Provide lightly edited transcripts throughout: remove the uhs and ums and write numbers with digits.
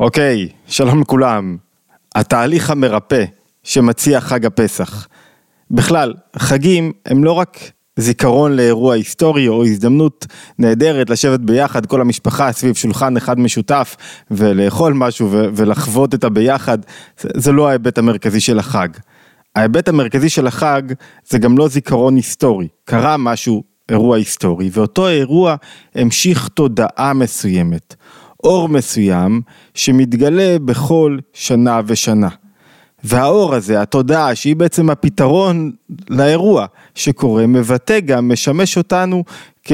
אוקיי, שלום לכולם. התהליך המרפא שמציע חג הפסח. בכלל, חגים הם לא רק זיכרון לאירוע היסטורי או הזדמנות נהדרת לשבת ביחד כל המשפחה סביב שולחן אחד משותף ולאכול משהו ולחוות את הביחד. זה לא ההיבט המרכזי של החג. ההיבט המרכזי של החג זה גם לא זיכרון היסטורי. קרה משהו, אירוע היסטורי, ואותו אירוע המשיך תודעה מסוימת. אור מסוים שמתגלה בכל שנה ושנה. והאור הזה, התודעה שהיא בעצם הפתרון לאירוע שקורה, מבטא גם, משמש אותנו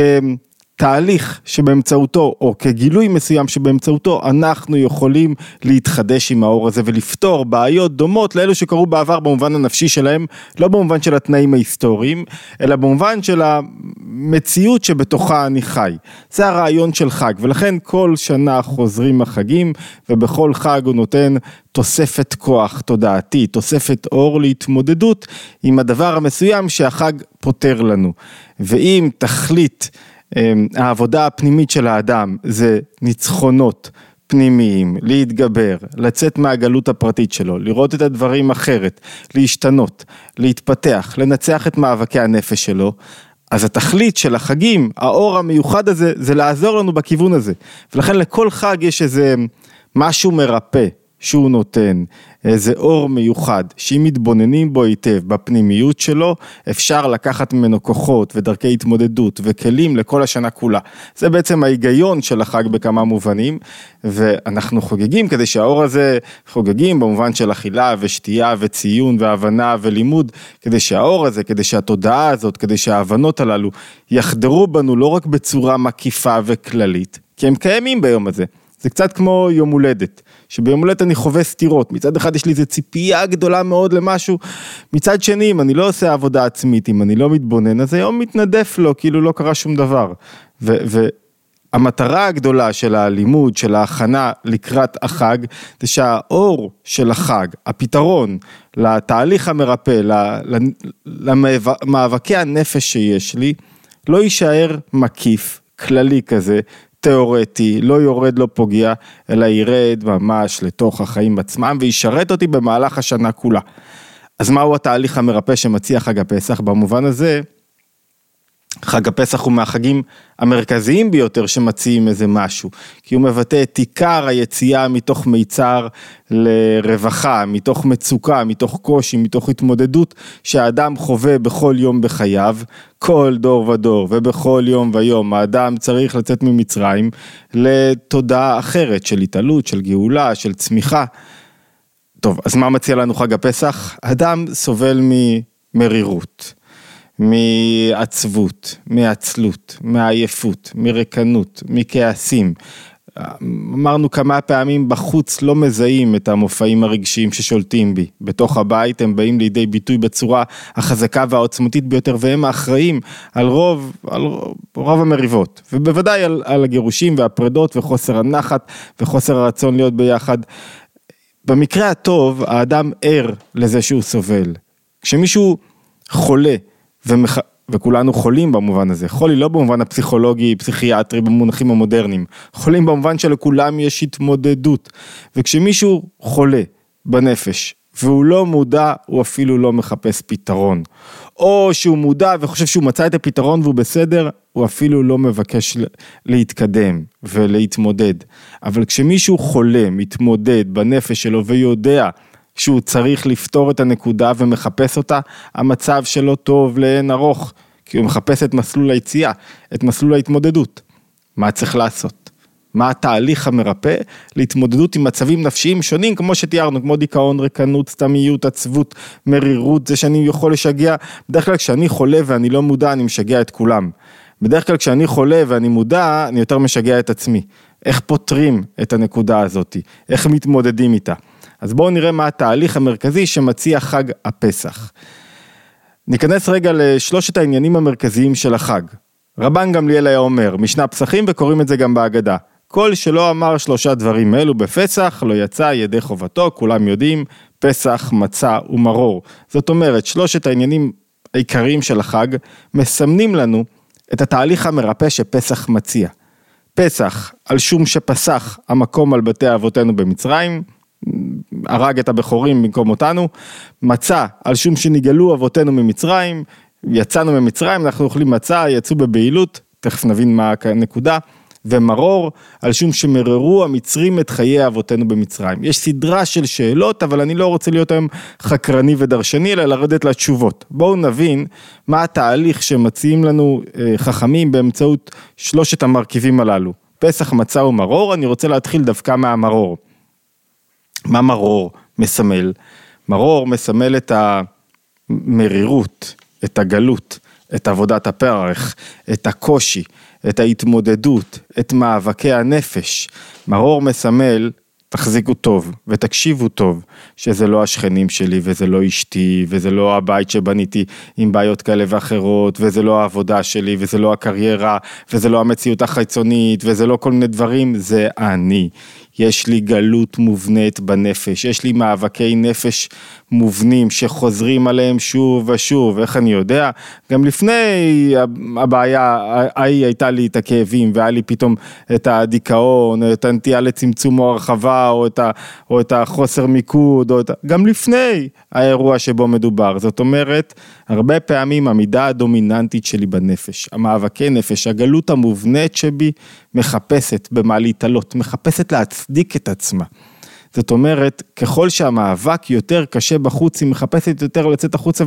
כתהליך שבאמצעותו, או כגילוי מסוים שבאמצעותו אנחנו יכולים להתחדש עם האור הזה ולפתור בעיות דומות לאלו שקרו בעבר במובן הנפשי שלהם, לא במובן של התנאים ההיסטוריים, אלא במובן של המציאות שבתוכה אני חי. זה הרעיון של חג, ולכן כל שנה חוזרים החגים, ובכל חג הוא נותן תוספת כוח תודעתי, תוספת אור להתמודדות עם הדבר המסוים שהחג פותר לנו. ואם תכלית העבודה הפנימית של האדם זה ניצחונות פנימיים, להתגבר, לצאת מהגלות הפרטית שלו, לראות את הדברים אחרת, להשתנות, להתפתח, לנצח את מאבקי הנפש שלו, אז התכלית של החגים, האור המיוחד הזה, זה לעזור לנו בכיוון הזה. ולכן לכל חג יש איזה משהו מרפא שהוא נותן, איזה אור מיוחד, שאם מתבוננים בו היטב בפנימיות שלו, אפשר לקחת ממנו כוחות ודרכי התמודדות וכלים לכל השנה כולה. זה בעצם ההיגיון של החג בכמה מובנים, ואנחנו חוגגים כדי שהאור הזה, חוגגים במובן של אכילה ושתייה וציון והבנה ולימוד, כדי שהאור הזה, כדי שהתודעה הזאת, כדי שההבנות הללו יחדרו בנו לא רק בצורה מקיפה וכללית, כי הם קיימים ביום הזה. זה קצת כמו יום הולדת, שביום הולדת אני חווה סתירות, מצד אחד יש לי איזו ציפייה גדולה מאוד למשהו, מצד שני אם אני לא עושה עבודה עצמית, אם אני לא מתבונן, אז היום מתנדף לו, כאילו לא קרה שום דבר, והמטרה הגדולה של הלימוד, של ההכנה לקראת החג, זה שהאור של החג, הפתרון לתהליך המרפא, למאבקי הנפש שיש לי, לא יישאר מקיף, כללי כזה, תיאורטי, לא יורד, לא פוגע, אלא ירד ממש לתוך החיים עצמם, וישרת אותי במהלך השנה כולה. אז מהו התהליך המרפא שמציע חג הפסח? במובן הזה, חג הפסח הוא מהחגים המרכזיים ביותר שמציעים איזה משהו, כי הוא מבטא את עיקר היציאה מתוך מיצר לרווחה, מתוך מצוקה, מתוך קושי, מתוך התמודדות שהאדם חווה בכל יום בחייו, כל דור ודור, ובכל יום ויום האדם צריך לצאת ממצרים לתודעה אחרת של התעלות, של גאולה, של צמיחה. טוב, אז מה מציע לנו חג הפסח? אדם סובל ממרירות, מעצבות, מעצלות, מעייפות, מרקנות, מכעסים. אמרנו כמה פעמים בחוץ לא מזהים את המופעים הרגשיים ששולטים בי. בתוך הבית הם באים לידי ביטוי בצורה החזקה והעוצמתית ביותר, והם האחראים על רוב המריבות. ובוודאי על הגירושים והפרדות וחוסר הנחת וחוסר הרצון להיות ביחד. במקרה הטוב האדם ער לזה שהוא סובל. כשמישהו חולה, וכולנו חולים במובן הזה, חולי לא במובן הפסיכולוגי, פסיכיאטרי, במונחים המודרניים, חולים במובן שלכולם יש התמודדות, וכשמישהו חולה בנפש, והוא לא מודע, הוא אפילו לא מחפש פתרון, או שהוא מודע וחושב שהוא מצא את הפתרון והוא בסדר, הוא אפילו לא מבקש להתקדם ולהתמודד, אבל כשמישהו חולה, מתמודד בנפש שלו ויודע, שהוא צריך לפתור את הנקודה ומחפש אותה, המצב שלו טוב לאין ארוך, כי הוא מחפש את מסלול היציאה, את מסלול ההתמודדות. מה צריך לעשות? מה התהליך המרפא להתמודדות עם מצבים נפשיים שונים, כמו שתיארנו, כמו דיכאון, רקנות, סתמיות, עצבות, מרירות, זה שאני יכול לשגע, בדרך כלל כשאני חולה ואני לא מודע, אני משגע את כולם. בדרך כלל כשאני חולה ואני מודע, אני יותר משגע את עצמי. איך פותרים את הנקודה הזאת? איך מתמודדים איתה? אז בואו נראה מה התהליך המרכזי שמציע חג הפסח. ניכנס רגע לשלושת העניינים המרכזיים של החג. רבן גמליאל היה אומר, משנה פסחים וקוראים את זה גם בהגדה. כל שלא אמר שלושה דברים אלו בפסח, לא יצא ידי חובתו, כולם יודעים, פסח, מצה ומרור. זאת אומרת, שלושת העניינים העיקריים של החג מסמנים לנו את התהליך המרפא שפסח מציע. פסח, על שום שפסח המקום על בתי אבותינו במצרים, הרג את הבכורים במקום אותנו, מצה, על שום שנגאלו אבותינו ממצרים, יצאנו ממצרים, אנחנו אוכלים מצה, יצאו בבהילות, תכף נבין מה הנקודה, ומרור, על שום שמררו המצרים את חיי אבותינו במצרים. יש סדרה של שאלות, אבל אני לא רוצה להיות היום חקרני ודרשני, אלא לרדת לתשובות. בואו נבין מה התהליך שמציעים לנו חכמים באמצעות שלושת המרכיבים הללו. פסח, מצה ומרור, אני רוצה להתחיל דווקא מהמרור. מה מרור מסמל? מרור מסמל את המרירות, את הגלות, את עבודת הפרך, את הקושי, את ההתמודדות, את מאבקי הנפש. מרור מסמל, תחזיקו טוב ותקשיבו טוב, שזה לא השכנים שלי וזה לא אשתי וזה לא הבית שבניתי עם בעיות כאלה ואחרות וזה לא העבודה שלי וזה לא הקריירה וזה לא המציאות החיצונית וזה לא כל מיני דברים, זה אני. יש לי גלות מובנית בנפש, יש לי מאבקי נפש מובנים שחוזרים עליהם שוב ושוב, איך אני יודע? גם לפני הבעיה, הייתה לי את הכאבים, והיה לי פתאום את הדיכאון, או את הנטייה לצמצום או הרחבה, או את החוסר מיקוד, גם לפני האירוע שבו מדובר. זאת אומרת, הרבה פעמים המידה הדומיננטית שלי בנפש, המאבקי נפש, הגלות המובנית שבי, מחפשת במה להתעלות, מחפשת להצדיק את עצמה. זאת אומרת, ככל שהמאבק יותר קשה בחוץ, היא מחפשת יותר לצאת החוצה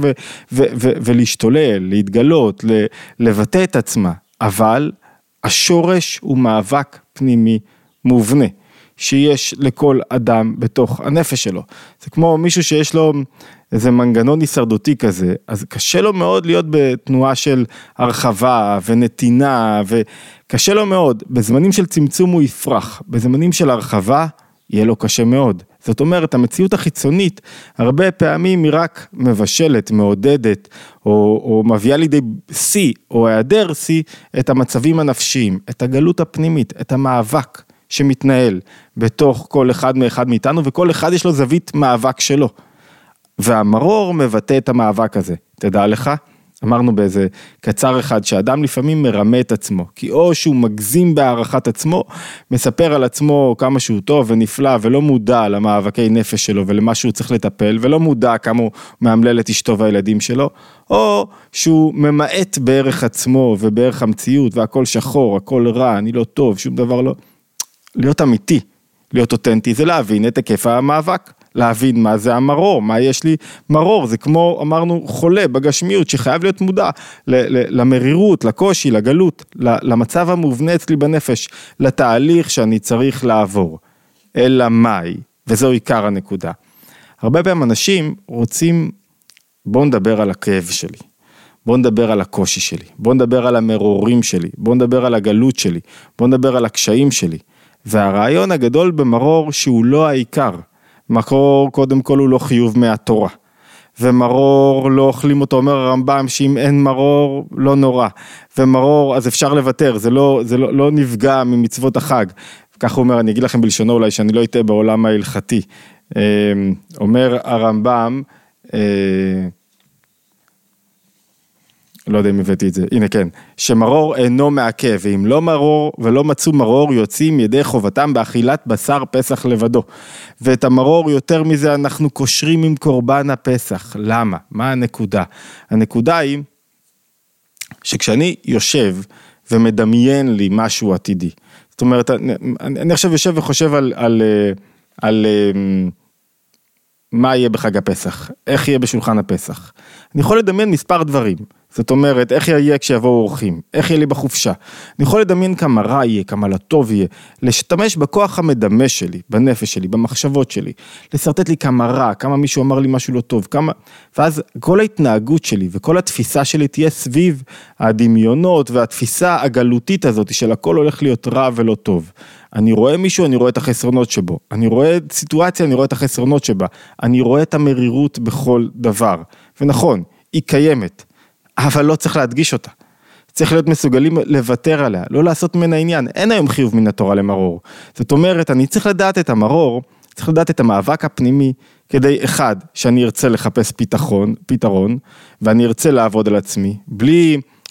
ולהשתולל, להתגלות, לבטא את עצמה. אבל השורש הוא מאבק פנימי מובנה, שיש לכל אדם בתוך הנפש שלו. זה כמו מישהו שיש לו איזה מנגנון הישרדותי כזה, אז קשה לו מאוד להיות בתנועה של הרחבה ונתינה, וקשה לו מאוד. בזמנים של צמצום הוא יפרח, בזמנים של הרחבה יהיה לו קשה מאוד. זאת אומרת, המציאות החיצונית הרבה פעמים היא רק מבשלת, מעודדת, או מביאה לידי שיא, או היעדר שיא, את המצבים הנפשיים, את הגלות הפנימית, את המאבק שמתנהל בתוך כל אחד מאחד מאיתנו, וכל אחד יש לו זווית מאבק שלו. והמרור מבטא את המאבק הזה. תדע לך, אמרנו באיזה קצר אחד, שאדם לפעמים מרמה את עצמו, כי או שהוא מגזים בהערכת עצמו, מספר על עצמו כמה שהוא טוב ונפלא, ולא מודע למאבקי נפש שלו, ולמה שהוא צריך לטפל, ולא מודע כמה הוא מאמלל את אשתו והילדים שלו, או שהוא ממעט בערך עצמו, ובערך המציאות, והכל שחור, הכל רע, אני לא טוב, שום דבר לא. להיות אמיתי, להיות אותנטי, זה להבין את היקף המאבק. להבין מה זה המרור, מה יש לי מרור, זה כמו אמרנו חולה בגשמיות שחייב להיות מודע למרירות, לקושי, לגלות, למצב המובנה אצלי בנפש, לתהליך שאני צריך לעבור, אלא מהי, וזו עיקר הנקודה. הרבה פעמים אנשים רוצים, בואו נדבר על הכאב שלי, בואו נדבר על הקושי שלי, בואו נדבר על המרורים שלי, בואו נדבר על הגלות שלי, בואו נדבר על הקשיים שלי, והרעיון הגדול במרור שהוא לא העיקר, מקור קודם כל הוא לא חיוב מהתורה, ומרור לא אוכלים אותו, אומר הרמב"ם שאם אין מרור לא נורא, ומרור אז אפשר לוותר, זה לא נפגע ממצוות החג, כך הוא אומר, אני אגיד לכם בלשונו אולי שאני לא אטעה בעולם ההלכתי, אומר הרמב"ם, לא יודע אם הבאתי את זה, הנה כן, שמרור אינו מעכב, ואם לא מרור ולא מצאו מרור יוצאים ידי חובתם באכילת בשר פסח לבדו, ואת המרור יותר מזה אנחנו קושרים עם קורבן הפסח, למה? מה הנקודה? הנקודה היא, שכשאני יושב ומדמיין לי משהו עתידי, זאת אומרת, אני עכשיו יושב וחושב על מה יהיה בחג הפסח, איך יהיה בשולחן הפסח, אני יכול לדמיין מספר דברים, זאת אומרת, איך יהיה כשיבואו אורחים, איך יהיה לי בחופשה, אני יכול לדמיין כמה רע יהיה, כמה לטוב יהיה, להשתמש בכוח המדמה שלי, בנפש שלי, במחשבות שלי, לסרטט לי כמה רע, כמה מישהו אמר לי משהו לא טוב, ואז כל ההתנהגות שלי וכל התפיסה שלי תהיה סביב הדמיונות והתפיסה הגלותית הזאת של הכל הולך להיות רע ולא טוב. אני רואה מישהו, אני רואה את החסרונות שבו, אני רואה סיטואציה, אני רואה את החסרונות שבה, אני רואה את המרירות בכל דבר, ונכון, היא קיימת, אבל לא צריך להדגיש אותה, צריך להיות מסוגלים לוותר עליה, לא לעשות ממנה עניין, אין היום חיוב מן התורה למרור, זאת אומרת, אני צריך לדעת את המרור, צריך לדעת את המאבק הפנימי, כדי שאני ארצה לחפש פתרון, ואני ארצה לעבוד על עצמי, בלי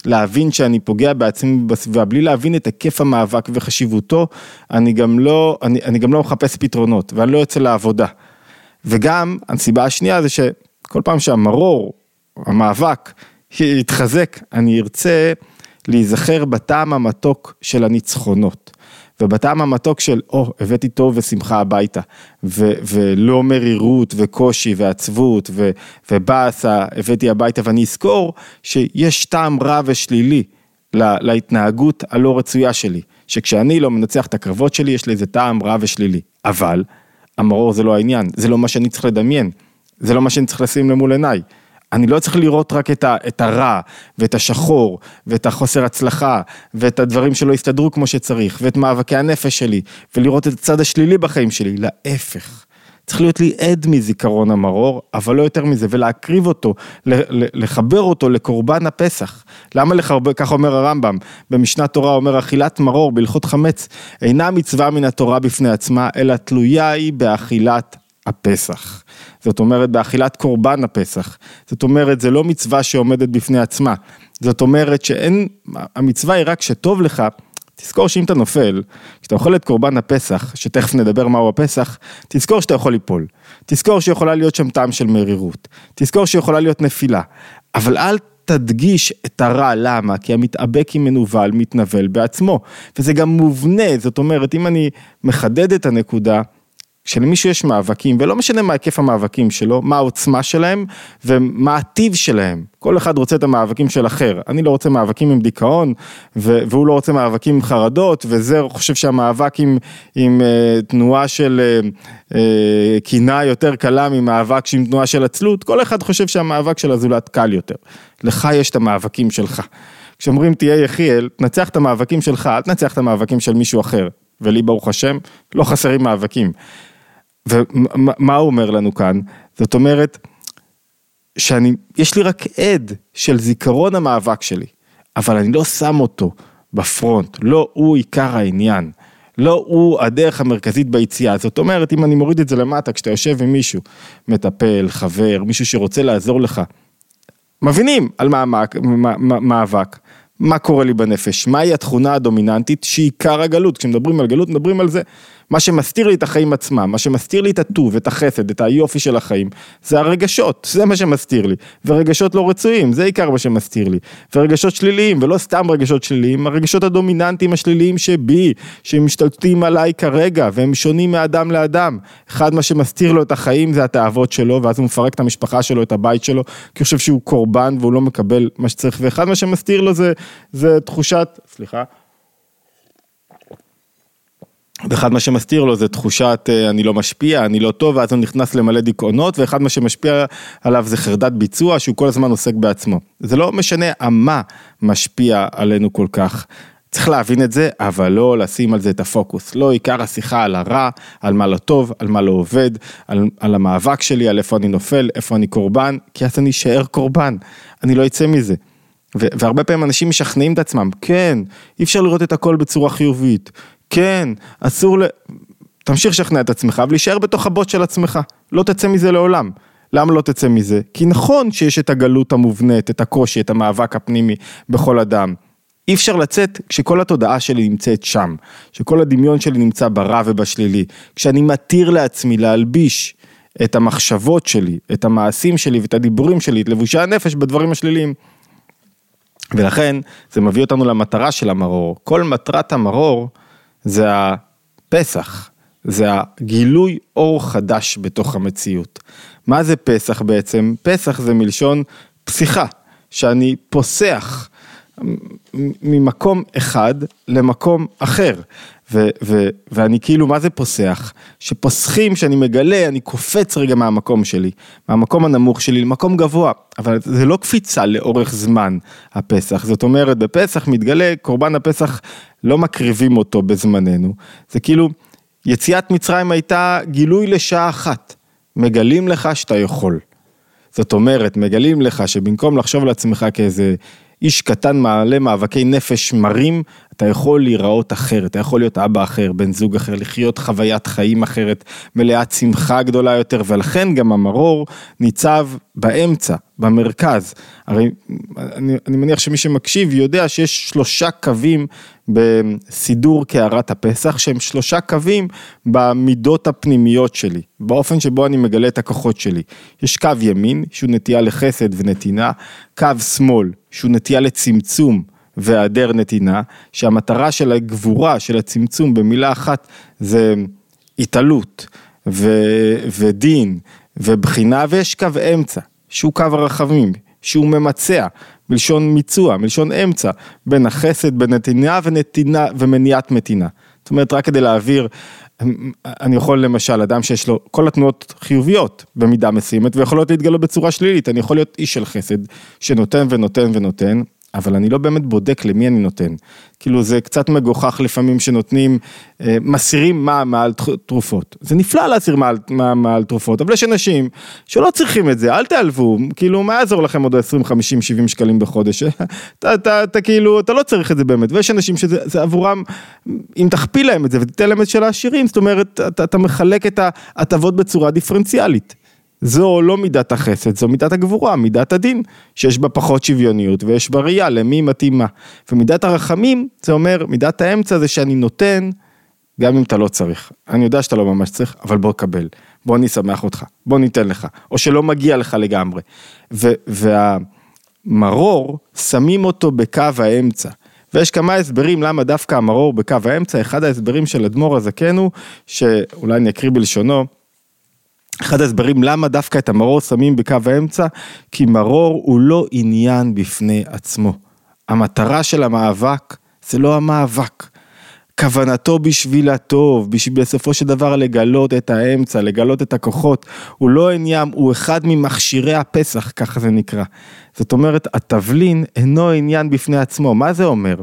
להבין שאני פוגע בעצמי בסביבה, בלי להבין את היקף המאבק וחשיבותו, אני גם לא מחפש פתרונות, ואני לא יוצא לעבודה. וגם, הסיבה השנייה זה שכל פעם שהמרור, המאבק, יתחזק, אני ארצה להיזכר בטעם המתוק של הניצחונות. ובטעם המתוק של, הבאתי טוב ושמחה הביתה, ולא מרירות וקושי ועצבות ובאסה, הבאתי הביתה, ואני אזכור שיש טעם רע ושלילי להתנהגות הלא רצויה שלי, שכשאני לא מנצח את הקרבות שלי, יש לי איזה טעם רע ושלילי, אבל המרור זה לא העניין, זה לא מה שאני צריך לדמיין, זה לא מה שאני צריך לשים למול עיניי, אני לא צריך לראות רק את הרע, ואת השחור, ואת החוסר הצלחה, ואת הדברים שלא יסתדרו כמו שצריך, ואת מאבקי הנפש שלי, ולראות את הצד השלילי בחיים שלי, להפך. צריך להיות לי עד מזיכרון המרור, אבל לא יותר מזה, ולהקריב אותו, לחבר אותו לקורבן הפסח. למה לחבר, כך אומר הרמב"ם, במשנת תורה אומר, אכילת מרור בהלכות חמץ, אינה מצווה מן התורה בפני עצמה, אלא תלויה היא באכילת הפסח. זאת אומרת, באכילת קורבן הפסח. זאת אומרת, זה לא מצווה שעומדת בפני עצמה. זאת אומרת המצווה היא רק שטוב לך, תזכור שאם אתה נופל, כשאתה אוכל את קורבן הפסח, שתכף נדבר מהו הפסח, תזכור שאתה יכול ליפול. תזכור שיכולה להיות שם טעם של מרירות. תזכור שיכולה להיות נפילה. אבל אל תדגיש את הרע, למה? כי המתאבק עם מנוול, מתנבל בעצמו. וזה גם מובנה, זאת אומרת, אם אני מחדד את הנקודה, כשלמישהו יש מאבקים, ולא משנה מה היקף המאבקים שלו, מה העוצמה שלהם, ומה הטיב שלהם. כל אחד רוצה את המאבקים של אחר. אני לא רוצה מאבקים עם דיכאון, והוא לא רוצה מאבקים עם חרדות, וזה חושב שהמאבק עם תנועה של קינה יותר קלה, ממאבק עם תנועה של עצלות. כל אחד חושב שהמאבק של הזולת קל יותר. לך יש את המאבקים שלך. כשאומרים תהיה יחיאל, תנצח את המאבקים שלך, אל תנצח את המאבקים של מישהו אחר. ולי ברוך השם, לא חסרים מאבקים. ומה הוא אומר לנו כאן? זאת אומרת, יש לי רק עד של זיכרון המאבק שלי, אבל אני לא שם אותו בפרונט, לא הוא עיקר העניין, לא הוא הדרך המרכזית ביציאה. זאת אומרת, אם אני מוריד את זה למטה, כשאתה יושב עם מישהו, מטפל, חבר, מישהו שרוצה לעזור לך, מבינים על מאבק, מה קורה לי בנפש, מהי התכונה הדומיננטית שעיקר הגלות, כשמדברים על גלות, מדברים על זה, מה שמסתיר לי את החיים עצמם, מה שמסתיר לי את הטוב, את החסד, את היופי של החיים, זה הרגשות, זה מה שמסתיר לי, ורגשות לא רצויים, זה עיקר מה שמסתיר לי, ורגשות שליליים, ולא סתם רגשות שליליים, הרגשות הדומיננטיים השליליים שבי, שהם משתלטים עליי כרגע, והם שונים מאדם לאדם, אחד מה שמסתיר לו את החיים זה התאוות שלו, ואז הוא מפרק את המשפחה שלו, את הבית שלו, כי הוא חושב שהוא קורבן, והוא לא מקבל מה שצריך, ואחד מה שמסתיר לו זה תחושת, ואחד מה שמסתיר לו זה תחושת אני לא משפיע, אני לא טוב, ואז הוא נכנס למלא דיכאונות, ואחד מה שמשפיע עליו זה חרדת ביצוע, שהוא כל הזמן עוסק בעצמו. זה לא משנה מה משפיע עלינו כל כך. צריך להבין את זה, אבל לא לשים על זה את הפוקוס. לא עיקר השיחה על הרע, על מה לא טוב, על מה לא עובד, על המאבק שלי, על איפה אני נופל, איפה אני קורבן, כי אז אני אשאר קורבן, אני לא אצא מזה. והרבה פעמים אנשים משכנעים את עצמם, כן, אי אפשר לראות את הכל בצורה חיובית, כן, תמשיך לשכנע את עצמך, ולהישאר בתוך הבוט של עצמך, לא תצא מזה לעולם. למה לא תצא מזה? כי נכון שיש את הגלות המובנית, את הקושי, את המאבק הפנימי בכל אדם. אי אפשר לצאת כשכל התודעה שלי נמצאת שם, שכל הדמיון שלי נמצא ברע ובשלילי, כשאני מתיר לעצמי להלביש את המחשבות שלי, את המעשים שלי ואת הדיבורים שלי, את לבושי הנפש בדברים השליליים. ולכן זה מביא אותנו למטרה של המרור. כל מטרת המרור זה הפסח, זה הגילוי אור חדש בתוך המציאות. מה זה פסח בעצם? פסח זה מלשון פסיכה, שאני פוסח ממקום אחד למקום אחר. ואני כאילו, מה זה פוסח? שפוסחים, שאני מגלה, אני קופץ רגע מהמקום שלי, מהמקום הנמוך שלי, למקום גבוה, אבל זה לא קפיצה לאורך זמן, הפסח. זאת אומרת, בפסח מתגלה, קורבן הפסח, לא מקריבים אותו בזמננו. זה כאילו, יציאת מצרים הייתה גילוי לשעה אחת, מגלים לך שאתה יכול. זאת אומרת, מגלים לך שבמקום לחשוב לעצמך כאיזה איש קטן מעלה מאבקי נפש מרים, אתה יכול להיראות אחרת, אתה יכול להיות אבא אחר, בן זוג אחר, לחיות חוויית חיים אחרת, מלאת שמחה גדולה יותר, ולכן גם המרור ניצב באמצע, במרכז. הרי אני מניח שמי שמקשיב יודע שיש 3 קווים בסידור קערת הפסח, שהם 3 קווים במידות הפנימיות שלי, באופן שבו אני מגלה את הכוחות שלי. יש קו ימין, שהוא נטייה לחסד ונתינה, קו שמאל, שהוא נטייה לצמצום והיעדר נתינה, שהמטרה של הגבורה, של הצמצום, במילה אחת, זה התעלות ודין ובחינה, ויש קו אמצע, שהוא קו הרחמים, שהוא ממצע, מלשון מיצוע, מלשון אמצע, בין החסד, בין נתינה ומניעת מתינה. זאת אומרת, רק כדי להעביר, אני יכול למשל, אדם שיש לו כל התנועות חיוביות במידה מסוימת, ויכולות להתגלות בצורה שלילית, אני יכול להיות איש של חסד, שנותן ונותן ונותן, אבל אני לא באמת בודק למי אני נותן. כאילו זה קצת מגוחך לפעמים שנותנים, מסירים מעל תרופות. זה נפלא להסיר מעל תרופות, אבל יש אנשים שלא צריכים את זה, אל תעלבו, כאילו מה יעזור לכם עוד 20, 50, 70 שקלים בחודש? אתה כאילו, אתה לא צריך את זה באמת, ויש אנשים שזה עבורם, אם תכפיל להם את זה ותתן להם את של העשירים, זאת אומרת, אתה מחלק את ההטבות בצורה דיפרנציאלית. זו לא מידת החסד, זו מידת הגבורה, מידת הדין, שיש בה פחות שוויוניות, ויש בה ראייה למי מתאימה. ומידת הרחמים, זה אומר, מידת האמצע זה שאני נותן, גם אם אתה לא צריך. אני יודע שאתה לא ממש צריך, אבל בוא קבל, בוא נשמח אותך, בוא ניתן לך, או שלא מגיע לך לגמרי. והמרור, שמים אותו בקו האמצע. ויש כמה הסברים למה דווקא המרור בקו האמצע, אחד ההסברים של אדמו"ר הזקן הוא, שאולי אני אקריא בלשונו, אחד ההסברים למה דווקא את המרור שמים בקו האמצע, כי מרור הוא לא עניין בפני עצמו. המטרה של המאבק זה לא המאבק. כוונתו בשביל הטוב, בשביל בסופו של דבר לגלות את האמצע, לגלות את הכוחות, הוא לא עניין, הוא אחד ממכשירי הפסח, ככה זה נקרא. זאת אומרת, התבלין אינו עניין בפני עצמו. מה זה אומר?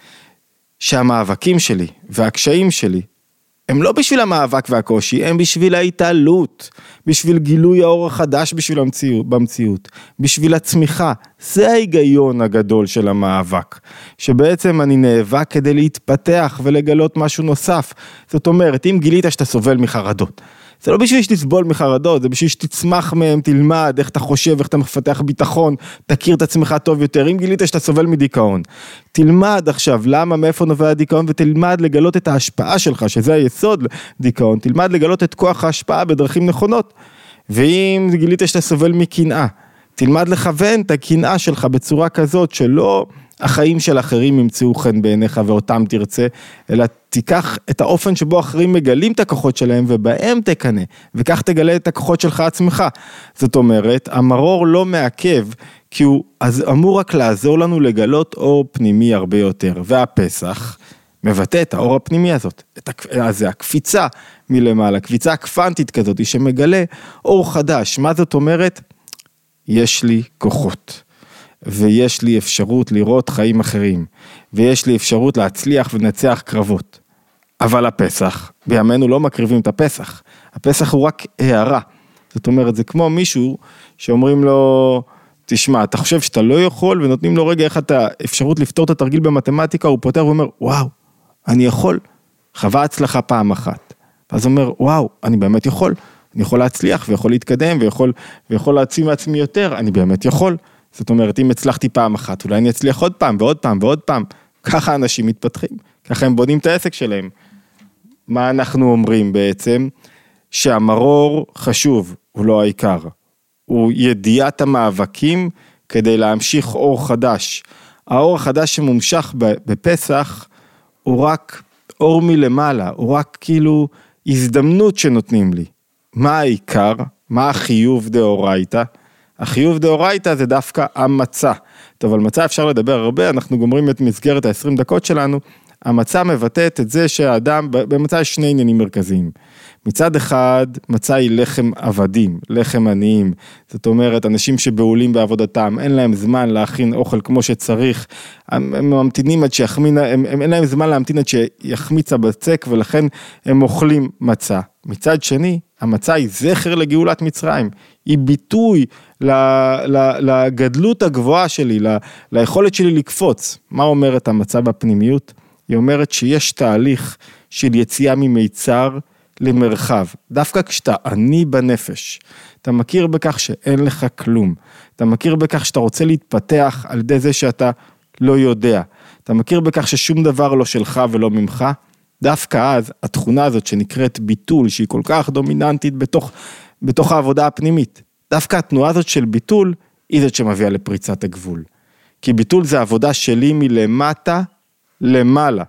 שהמאבקים שלי והקשיים שלי, הם לא בשביל המאבק והקושי, הם בשביל ההתעלות, בשביל גילוי האור החדש במציאות, בשביל הצמיחה. זה ההיגיון הגדול של המאבק, שבעצם אני נאבק כדי להתפתח ולגלות משהו נוסף. זאת אומרת, אם גילית שאתה סובל מחרדות, זה לא בשביל שתסבול מחרדות, זה בשביל שתצמח מהם, תלמד איך אתה חושב, איך אתה מפתח ביטחון, תכיר את עצמך טוב יותר. אם גילית שאתה סובל מדיכאון, תלמד עכשיו למה, מאיפה נובע הדיכאון, ותלמד לגלות את ההשפעה שלך, שזה היסוד לדיכאון, תלמד לגלות את כוח ההשפעה בדרכים נכונות. ואם גילית שאתה סובל מקנאה, תלמד לכוון את הקנאה שלך בצורה כזאת, שלא החיים של אחרים ימצאו חן בעיניך ואותם תרצה, אלא תיקח את האופן שבו אחרים מגלים את הכוחות שלהם ובהם תקנה, וכך תגלה את הכוחות שלך עצמך. זאת אומרת, המרור לא מעכב, כי הוא אמור רק לעזור לנו לגלות אור פנימי הרבה יותר, והפסח מבטא את האור הפנימי הזאת, זה הקפיצה מלמעלה, קפיצה קוונטית כזאת, שמגלה אור חדש. מה זאת אומרת? יש לי כוחות. ויש לי אפשרות לראות חיים אחרים, ויש לי אפשרות להצליח ולנצח קרבות. אבל הפסח, בימינו לא מקריבים את הפסח, הפסח הוא רק הערה. זאת אומרת, זה כמו מישהו שאומרים לו, תשמע, אתה חושב שאתה לא יכול, ונותנים לו רגע איך אתה אפשרות לפתור את התרגיל במתמטיקה, הוא פותר ואומר, וואו, אני יכול, חווה הצלחה פעם אחת. ואז הוא אומר, וואו, אני באמת יכול, אני יכול להצליח ויכול להתקדם, ויכול להעצים מעצמי יותר, אני באמת יכול. זאת אומרת, אם הצלחתי פעם אחת, אולי אני אצליח עוד פעם ועוד פעם ועוד פעם. ככה אנשים מתפתחים, ככה הם בונים את העסק שלהם. מה אנחנו אומרים בעצם? שהמרור חשוב, הוא לא העיקר. הוא ידיעת המאבקים כדי להמשיך אור חדש. האור החדש שמומשך בפסח הוא רק אור מלמעלה, הוא רק כאילו הזדמנות שנותנים לי. מה העיקר? מה החיוב דאורייתא? החיוב דאורייתא זה דווקא המצע. טוב, על מצע אפשר לדבר הרבה, אנחנו גומרים את מסגרת ה-20 דקות שלנו. המצע מבטאת את זה שהאדם, במצע יש 2 עניינים מרכזיים. מצד אחד, מצע היא לחם עבדים, לחם עניים. זאת אומרת, אנשים שבעולים בעבודתם, אין להם זמן להכין אוכל כמו שצריך, הם ממתינים עד אין להם זמן להמתין עד שיחמיץ הבצק, ולכן הם אוכלים מצע. מצד שני, המצע היא זכר לגאולת מצרים, היא ביטוי לגדלות הגבוהה שלי, ליכולת שלי לקפוץ. מה אומרת המצע בפנימיות? היא אומרת שיש תהליך של יציאה ממיצר למרחב. דווקא כשאתה עני בנפש, אתה מכיר בכך שאין לך כלום. אתה מכיר בכך שאתה רוצה להתפתח על ידי זה שאתה לא יודע. אתה מכיר בכך ששום דבר לא שלך ולא ממך. דווקא אז התכונה הזאת שנקראת ביטול, שהיא כל כך דומיננטית בתוך העבודה הפנימית. דווקא התנועה הזאת של ביטול, היא זאת שמביאה לפריצת הגבול. כי ביטול זה עבודה שלי מלמטה למעלה.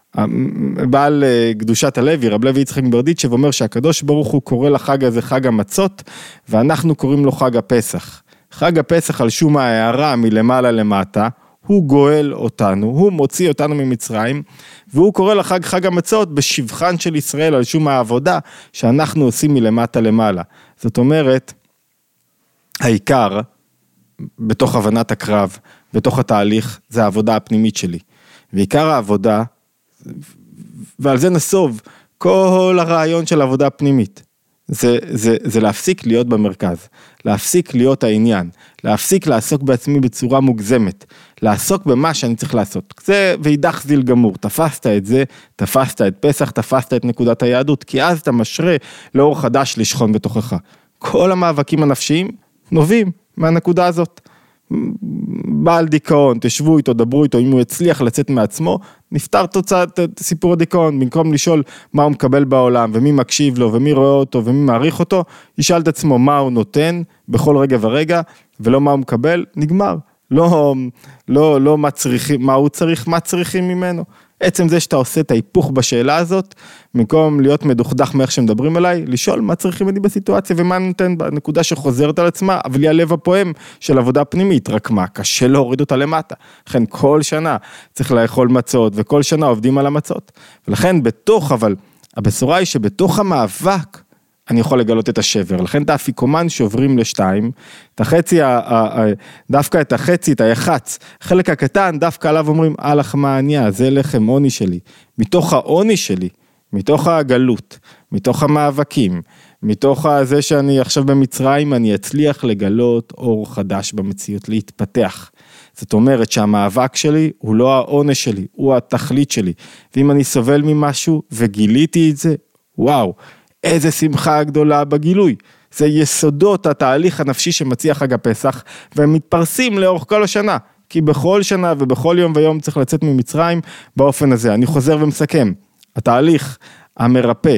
בעל קדושת הלוי, רב לוי יצחק מברדיצ'ב, אומר שהקדוש ברוך הוא קורא לחג הזה חג המצות, ואנחנו קוראים לו חג הפסח. חג הפסח על שום ההערה מלמעלה למטה, הוא גואל אותנו, הוא מוציא אותנו ממצרים, והוא קורא לחג חג המצות בשבחן של ישראל על שום העבודה שאנחנו עושים מלמטה למעלה. זאת אומרת, העיקר בתוך הבנת הקרב, בתוך התהליך, זה העבודה הפנימית שלי. ועיקר העבודה, ועל זה נסוב כל הרעיון של עבודה פנימית, זה להפסיק להיות במרכז, להפסיק להיות העניין, להפסיק לעסוק בעצמי בצורה מוגזמת, לעסוק במה שאני צריך לעשות. זה וידח זיל גמור, תפסת את זה, תפסת את פסח, תפסת את נקודת היהדות, כי אז אתה משרה לאור חדש לשכון בתוכך. כל המאבקים הנפשיים נובעים מהנקודה הזאת. בעל דיכאון, תשבו איתו, דברו איתו, אם הוא הצליח לצאת מעצמו, נפתר תוצאת סיפור הדיכאון, במקום לשאול מה הוא מקבל בעולם, ומי מקשיב לו, ומי רואה אותו, ומי מעריך אותו, ישאל את עצמו מה הוא נותן, בכל רגע ורגע, ולא מה הוא מקבל, נגמר. לא מה צריכים, מה הוא צריך, מה צריכים ממנו. עצם זה שאתה עושה את ההיפוך בשאלה הזאת, במקום להיות מדוכדך מאיך שמדברים אליי, לשאול מה צריכים אני בסיטואציה, ומה נותן בנקודה שחוזרת על עצמה, אבל היא הלב הפועם של עבודה פנימית, רק מה, קשה להוריד אותה למטה. לכן כל שנה צריך לאכול מצות, וכל שנה עובדים על המצות. ולכן אבל הבשורה היא שבתוך המאבק, אני יכול לגלות את השבר, לכן את האפיקומן שוברים לשתיים, את החצי, דווקא את החצי, את היחץ, חלק הקטן, דווקא עליו אומרים, הלך מעניה, זה לחם עוני שלי, מתוך העוני שלי, מתוך הגלות, מתוך המאבקים, מתוך זה שאני עכשיו במצרים, אני אצליח לגלות אור חדש במציאות, להתפתח. זאת אומרת שהמאבק שלי הוא לא העונש שלי, הוא התכלית שלי, ואם אני סובל ממשהו וגיליתי את זה, וואו, איזה שמחה גדולה בגילוי. זה יסודות התהליך הנפשי שמציע חג הפסח, והם מתפרסים לאורך כל השנה, כי בכל שנה ובכל יום ויום צריך לצאת ממצרים באופן הזה. אני חוזר ומסכם, התהליך המרפא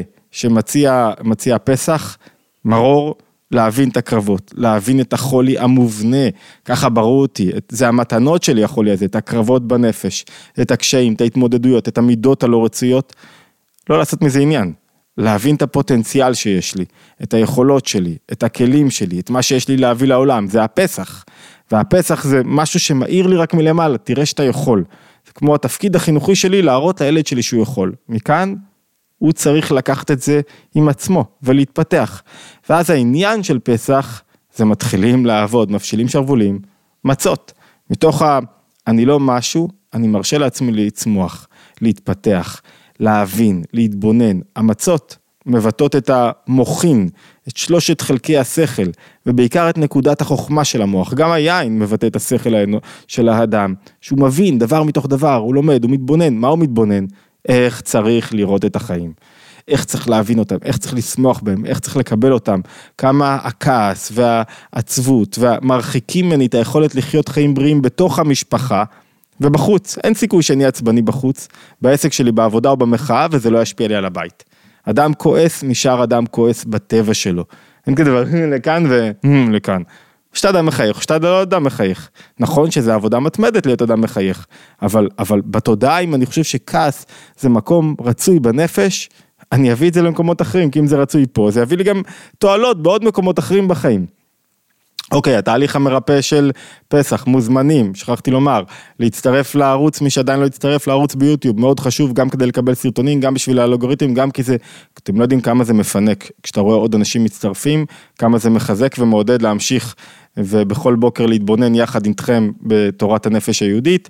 שמציע פסח, מרור, להבין את הקרבות, להבין את החולי המובנה, ככה ברור אותי, זה המתנות שלי החולי הזה, את הקרבות בנפש, את הקשיים, את ההתמודדויות, את המידות הלא רצויות, לא לעשות מזה עניין. להבין את הפוטנציאל שיש לי, את היכולות שלי, את הכלים שלי, את מה שיש לי להביא לעולם, זה הפסח. והפסח זה משהו שמאיר לי רק מלמעלה, תראה שאתה יכול. זה כמו התפקיד החינוכי שלי להראות לילד שלי שהוא יכול. מכאן הוא צריך לקחת את זה עם עצמו ולהתפתח. ואז העניין של פסח, זה מתחילים לעבוד, מפשילים שרבולים, מצות. מתוך אני לא משהו, אני מרשה לעצמי לצמוח, להתפתח, להבין, להתבונן. המצות מבטאות את המוחין, את שלושת חלקי השכל, ובעיקר את נקודת החוכמה של המוח. גם היין מבטא את השכל של האדם, שהוא מבין דבר מתוך דבר, הוא לומד, הוא מתבונן. מה הוא מתבונן? איך צריך לראות את החיים, איך צריך להבין אותם, איך צריך לשמוח בהם, איך צריך לקבל אותם, כמה הכעס והעצבות והמרחיקים ממני את היכולת לחיות חיים בריאים בתוך המשפחה, ובחוץ, אין סיכוי שאני עצבני בחוץ, בעסק שלי, בעבודה או במחאה, וזה לא ישפיע לי על הבית. אדם כועס, נשאר אדם כועס בטבע שלו. אין כדבר, לכאן ולכאן. שאתה אדם מחייך, שאתה לא אדם מחייך. נכון שזה עבודה מתמדת להיות אדם מחייך, אבל בתודעה, אם אני חושב שכעס זה מקום רצוי בנפש, אני אביא את זה למקומות אחרים, כי אם זה רצוי פה, זה יביא לי גם תועלות בעוד מקומות אחרים בחיים. אוקיי, התהליך המרפא של פסח, מוזמנים, שכחתי לומר, להצטרף לערוץ, מי שעדיין לא יצטרף לערוץ ביוטיוב, מאוד חשוב, גם כדי לקבל סרטונים, גם בשביל האלגוריתם, גם כי זה, אתם לא יודעים כמה זה מפנק, כשאתה רואה עוד אנשים מצטרפים, כמה זה מחזק ומעודד להמשיך, ובכל בוקר להתבונן יחד איתכם בתורת הנפש היהודית.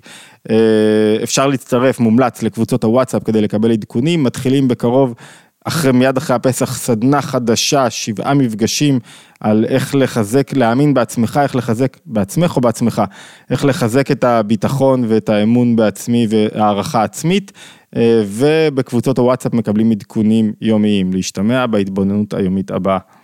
אפשר להצטרף, מומלץ לקבוצות הוואטסאפ כדי לקבל עדכונים, מתחילים בקרוב, מיד אחרי הפסח, סדנה חדשה, 7 מפגשים על איך לחזק, להאמין בעצמך, איך לחזק בעצמך או בעצמך, איך לחזק את הביטחון ואת האמון בעצמי והערכה עצמית, ובקבוצות הוואטסאפ מקבלים עדכונים יומיים, להשתמע בהתבוננות היומית הבאה.